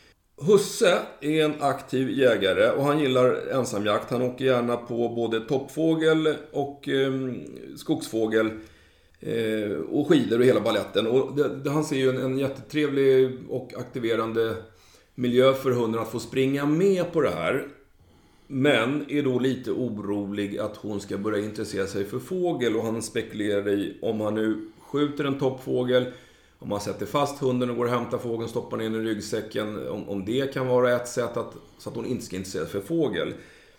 Speaker 1: Husse är en aktiv jägare och han gillar ensamjakt. Han åker gärna på både toppfågel och eh, skogsfågel eh, och skidor och hela balletten. Och det, det, han ser ju en, en jättetrevlig och aktiverande miljö för hunden att få springa med på det här. Men är då lite orolig att hon ska börja intressera sig för fågel. Och han spekulerar i om han nu skjuter en toppfågel, om man sätter fast hunden och går och hämtar fågeln, stoppar ner den i ryggsäcken, om, om det kan vara ett sätt att, så att hon inte ska intressera sig för fågel.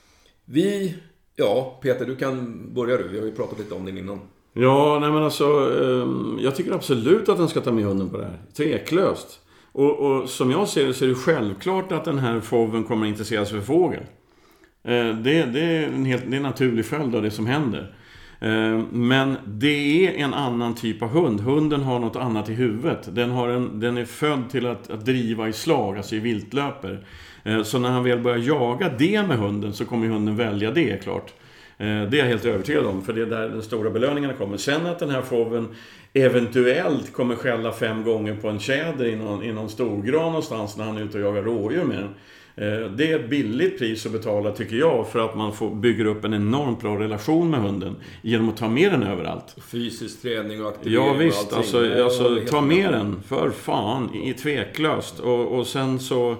Speaker 1: Vi, ja Peter, du kan börja du. Vi har ju pratat lite om det innan.
Speaker 2: Ja, nej men alltså, jag tycker absolut att den ska ta med hunden på det här. Tveklöst. Och, och som jag ser det så är det självklart att den här fågeln kommer att intressera sig för fågel. Det, det, är en helt, det är en naturlig följd av det som händer. Men det är en annan typ av hund. Hunden har något annat i huvudet. Den, har en, den är född till att, att driva i slag, alltså i viltlöper. Så när han väl börjar jaga det med hunden så kommer hunden välja det, klart. Det är jag helt övertygad om, för det är där den stora belöningarna kommer. Sen att den här fågeln eventuellt kommer skälla fem gånger på en tjäder i någon, i någon storgran någonstans när han är ute och jagar rådjur med den. Det är ett billigt pris att betala, tycker jag, för att man får bygga upp en enormt bra relation med hunden genom att ta med den överallt.
Speaker 1: Fysisk träning och aktivering.
Speaker 2: Ja visst, alltså, alltså ta med den för fan, i tveklöst. Och, och sen så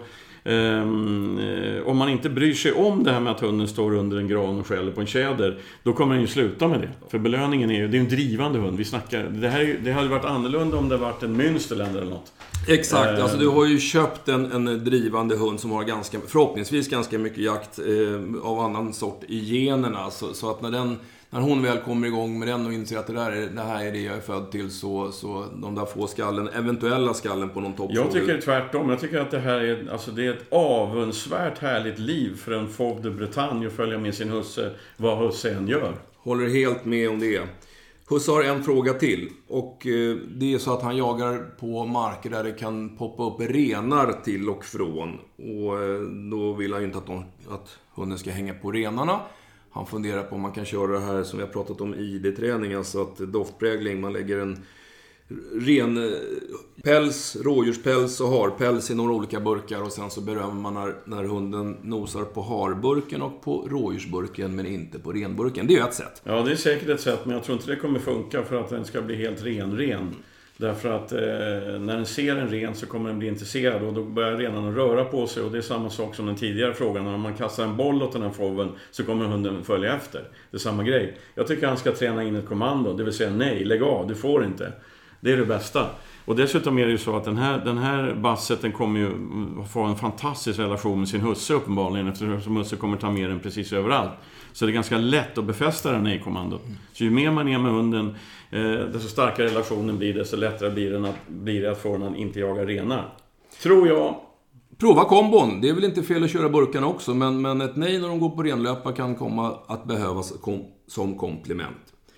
Speaker 2: Um, om man inte bryr sig om det här med att hunden står under en gran och skäller på en tjäder, då kommer den ju sluta med det. För belöningen är ju, det är en drivande hund. Vi snackar, det, här är ju, det hade varit annorlunda om det varit en Münsterländer eller något.
Speaker 1: Exakt, uh, alltså du har ju köpt en, en drivande hund som har ganska, förhoppningsvis ganska mycket jakt eh, av annan sort i generna. Så, så att när den När hon väl kommer igång med den och inser att det, där är, det här är det jag är född till, så, så de där få skallen, eventuella skallen på någon toppfågel.
Speaker 2: Jag tycker tvärtom. Jag tycker att det här är, alltså det är ett avundsvärt härligt liv för en Fauve de Bretagne att följa med sin husse, vad husse än gör.
Speaker 1: Håller helt med om det. Husse har en fråga till. Och eh, det är så att han jagar på marker där det kan poppa upp renar till och från. Och eh, då vill han ju inte att, de, att hunden ska hänga på renarna. Han funderar på om man kan köra det här som vi har pratat om, I D-träning, alltså att doftprägling, man lägger en, ren päls, rådjurspäls och harpäls i några olika burkar. Och sen så berömmer man när, när hunden nosar på harburken och på rådjursburken men inte på renburken. Det är ju ett sätt.
Speaker 2: Ja, det är säkert ett sätt, men jag tror inte det kommer funka för att den ska bli helt ren-ren. Därför att eh, när den ser en ren så kommer den bli intresserad och då börjar renarna röra på sig. Och det är samma sak som den tidigare frågan. När man kastar en boll åt den här foven så kommer hunden följa efter. Det är samma grej. Jag tycker han ska träna in ett kommando. Det vill säga nej, lägg av, du får inte. Det är det bästa. Och dessutom är det ju så att den här, den här basseten kommer ju få en fantastisk relation med sin husse uppenbarligen. Eftersom husse kommer ta med den precis överallt. Så det är ganska lätt att befästa den nej-kommandot. Så ju mer man är med hunden, eh, desto starkare relationen blir, desto lättare blir, den att, blir det att få den att inte jaga renar. Tror jag.
Speaker 1: Prova kombon. Det är väl inte fel att köra burkarna också. Men, men ett nej när de går på renlöpa kan komma att behövas kom, som komplement.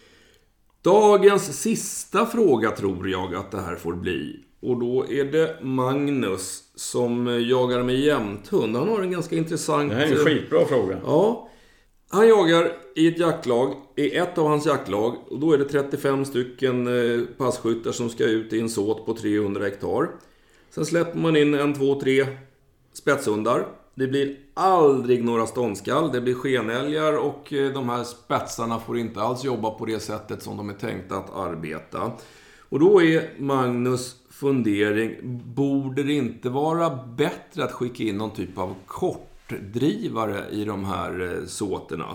Speaker 1: Dagens sista fråga tror jag att det här får bli. Och då är det Magnus som jagar med jämthund. Han har en ganska intressant...
Speaker 2: Det här är en skitbra fråga.
Speaker 1: Ja. Han jagar i ett jaktlag, i ett av hans jaktlag. Och då är det trettiofem stycken passkyttar som ska ut i en såt på trehundra hektar. Sen släpper man in en, två, tre spetshundar. Det blir aldrig några ståndskall. Det blir skenälgar och de här spetsarna får inte alls jobba på det sättet som de är tänkta att arbeta. Och då är Magnus fundering, borde det inte vara bättre att skicka in någon typ av kortdrivare i de här såterna?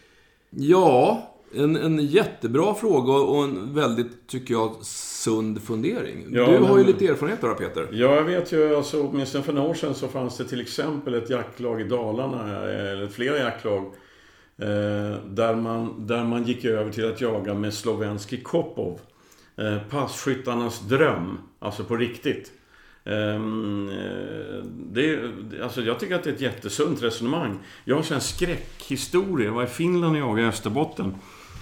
Speaker 1: Ja, en, en jättebra fråga och en väldigt, tycker jag, sund fundering. Ja, du har men, ju lite erfarenhet av det, Peter.
Speaker 2: Ja, jag vet ju, alltså, åtminstone för några år sedan så fanns det till exempel ett jaktlag i Dalarna, eller flera jaktlag, eh, där, man, där man gick över till att jaga med Slovenski Kopov. Eh, passkyttarnas dröm, alltså på riktigt. Eh, det, alltså jag tycker att det är ett jättesunt resonemang. Jag har en skräckhistoria. Jag var i Finland och jagade i Österbotten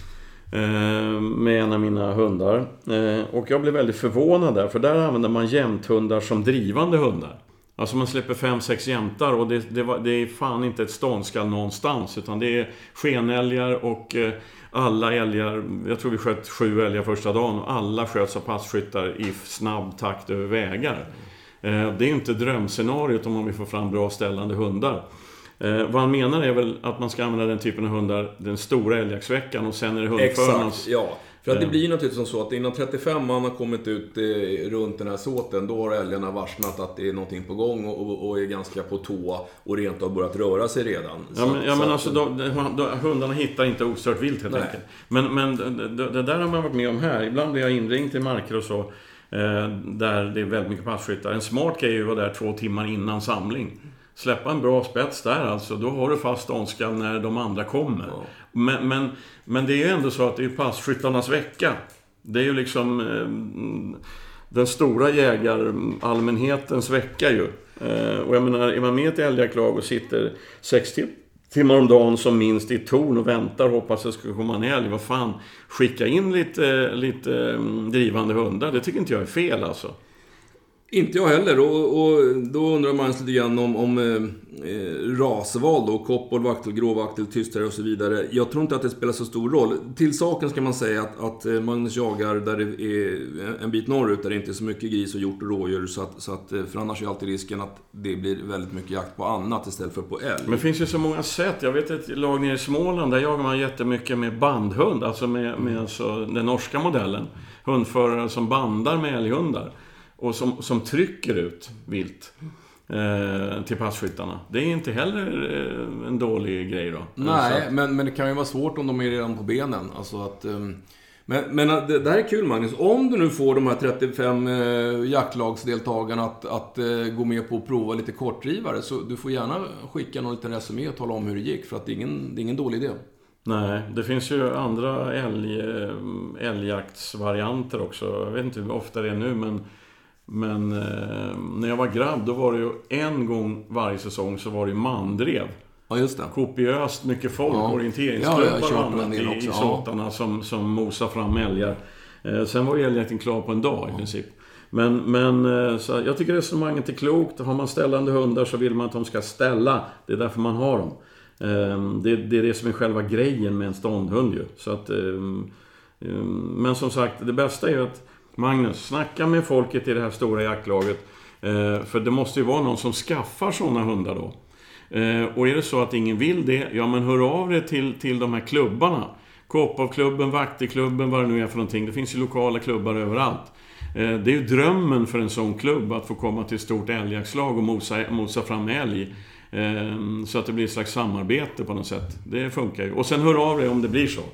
Speaker 2: med en av mina hundar. Och jag blev väldigt förvånad där, för där använder man jämthundar som drivande hundar. Alltså man släpper fem, sex jämtar och det, det, var, det är fan inte ett ståndskall någonstans, utan det är skenälgar och alla älgar, jag tror vi sköt sju älgar första dagen och alla sköts av passkyttar i snabb takt över vägar. Det är inte drömscenariot om man vill få fram bra ställande hundar. Eh, vad han menar är väl att man ska använda den typen av hundar den stora älgjaktsveckan och sen är det hundförarnas...
Speaker 1: Exakt, ja. För att det blir naturligtvis som så att innan trettiofem man har kommit ut eh, runt den här såten, då har älgarna varsnat att det är någonting på gång och, och, och är ganska på tå och rent har börjat röra sig redan.
Speaker 2: Ja, men, ja, men alltså då, då, hundarna hittar inte ostört vilt helt
Speaker 1: nej.
Speaker 2: enkelt. Men, men det, det där har man varit med om här. Ibland blir jag inringd till marker och så eh, där det är väldigt mycket passkyttar. En smart grej är ju att vara där två timmar innan samling. Släppa en bra spets där alltså, då har du fast ståndskall när de andra kommer. Ja. Men, men, men det är ju ändå så att det är passkyttarnas vecka. Det är ju liksom eh, den stora jägarallmänhetens vecka ju. Eh, och jag menar, är man med i ett älgjaktlag och sitter sextio timmar om dagen som minst i torn och väntar och hoppas att det ska komma en älg, vad fan, skicka in lite, lite drivande hundar, det tycker inte jag är fel alltså.
Speaker 1: Inte jag heller, och, och då undrar man lite grann om, om eh, rasval då, koppel, vaktel, gråvaktel, tystare och så vidare. Jag tror inte att det spelar så stor roll. Till saken ska man säga att, att Magnus jagar där det är en bit norrut där det inte är så mycket gris och hjort och rådjur, så att, så att, för annars är alltid risken att det blir väldigt mycket jakt på annat istället för på älg.
Speaker 2: Men det finns ju så många sätt. Jag vet ett lag nere i Småland, där jagar man jättemycket med bandhund, alltså med, med alltså den norska modellen. Hundförare som bandar med älghundar. Och som, som trycker ut vilt eh, till passkyttarna. Det är inte heller eh, en dålig grej då.
Speaker 1: Nej, att... men, men det kan ju vara svårt om de är redan på benen. Alltså att, um, men men det, det här är kul, Magnus. Om du nu får de här trettiofem eh, jaktlagsdeltagarna att, att eh, gå med på att prova lite kortdrivare, så du får gärna skicka någon liten resumé och tala om hur det gick. För att det är ingen, det är ingen dålig idé.
Speaker 2: Nej, det finns ju andra älg, älgjaktsvarianter också. Jag vet inte hur ofta det är nu, men... Men eh, när jag var grabb, då var det ju en gång varje säsong så var det ju mandrev.
Speaker 1: Ja, just det.
Speaker 2: Kopiöst mycket folk, ja. Orienteringsklubbar ja, och annat i, i såtarna som, som mosar fram älgar. Eh, sen var ju älgjakten klar på en dag i princip. Men, men eh, så jag tycker resonemanget är klokt. Har man ställande hundar så vill man att de ska ställa. Det är därför man har dem. Eh, det, det är det som är själva grejen med en ståndhund ju. Så att, eh, eh, men som sagt, det bästa är ju att Magnus, snacka med folket i det här stora jaktlaget. Eh, för det måste ju vara någon som skaffar sådana hundar då. Eh, och är det så att ingen vill det, ja men hör av det till, till de här klubbarna. Kopparklubben, Vakteklubben, vad det nu är för någonting. Det finns ju lokala klubbar överallt. Eh, det är ju drömmen för en sån klubb att få komma till ett stort älgjaktslag och mosa, mosa fram älg. Eh, så att det blir ett slags samarbete på något sätt. Det funkar ju. Och sen hör av det om det blir så.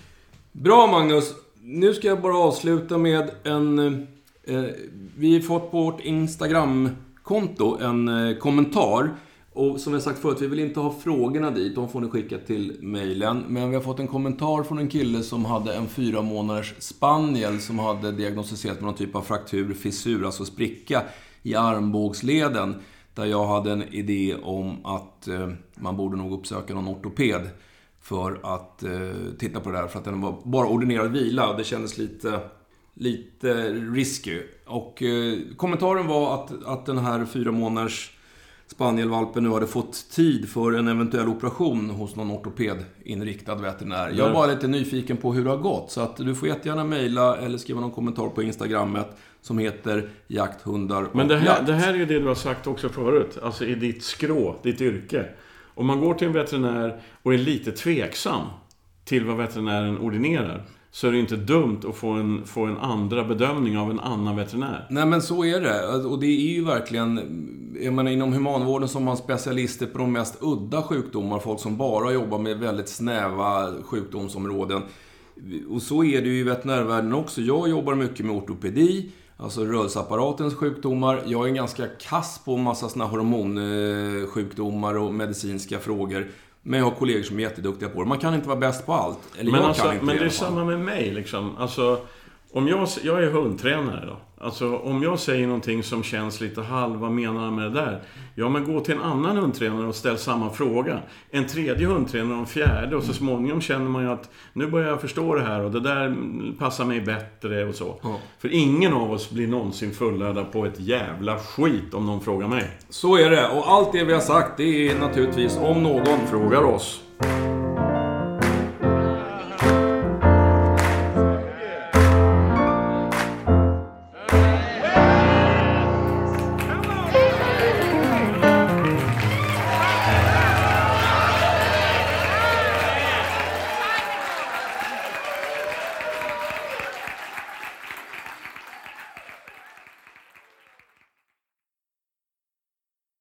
Speaker 1: Bra Magnus, nu ska jag bara avsluta med en... Eh, vi har fått på vårt Instagram-konto en eh, kommentar. Och som jag sagt förut, vi vill inte ha frågorna dit. De får ni skicka till mejlen. Men vi har fått en kommentar från en kille som hade en fyra månaders spaniel som hade diagnostiserat med någon typ av fraktur, fissur, alltså spricka i armbågsleden. Där jag hade en idé om att eh, man borde nog uppsöka någon ortoped för att eh, titta på det där. För att den var bara ordinerad vila och det kändes lite, lite risky. Och eh, kommentaren var att, att den här fyra månaders spanielvalpen nu hade fått tid för en eventuell operation hos någon ortoped-inriktad veterinär. Jag var lite nyfiken på hur det har gått. Så att du får jättegärna mejla eller skriva någon kommentar på Instagrammet som heter jakthundar och
Speaker 2: Men det här,
Speaker 1: jakt.
Speaker 2: det här är ju det du har sagt också förut. Alltså i ditt skrå, ditt yrke. Om man går till en veterinär och är lite tveksam till vad veterinären ordinerar, så är det inte dumt att få en, få en andra bedömning av en annan veterinär.
Speaker 1: Nej men så är det. Och det är ju verkligen, jag menar, inom humanvården som man specialister på de mest udda sjukdomar. Folk som bara jobbar med väldigt snäva sjukdomsområden. Och så är det ju i veterinärvärlden också. Jag jobbar mycket med ortopedi, alltså rörelseapparatens sjukdomar. Jag är ganska kass på en massa såna hormonsjukdomar och medicinska frågor. Men jag har kollegor som är jätteduktiga på det. Man kan inte vara bäst på allt. Eller
Speaker 2: men
Speaker 1: jag
Speaker 2: alltså,
Speaker 1: kan inte
Speaker 2: men
Speaker 1: det,
Speaker 2: det är samma med mig liksom. Alltså, om jag, jag är hundtränare då. Alltså om jag säger någonting som känns lite halv, vad menar han med det där? Ja, men gå till en annan hundtränare och ställ samma fråga. En tredje hundtränare och en fjärde. Och så småningom känner man ju att nu börjar jag förstå det här. Och det där passar mig bättre och så. Ja. För ingen av oss blir någonsin fullärda på ett jävla skit om någon frågar mig.
Speaker 1: Så är det. Och allt det vi har sagt, det är naturligtvis om någon
Speaker 2: frågar oss.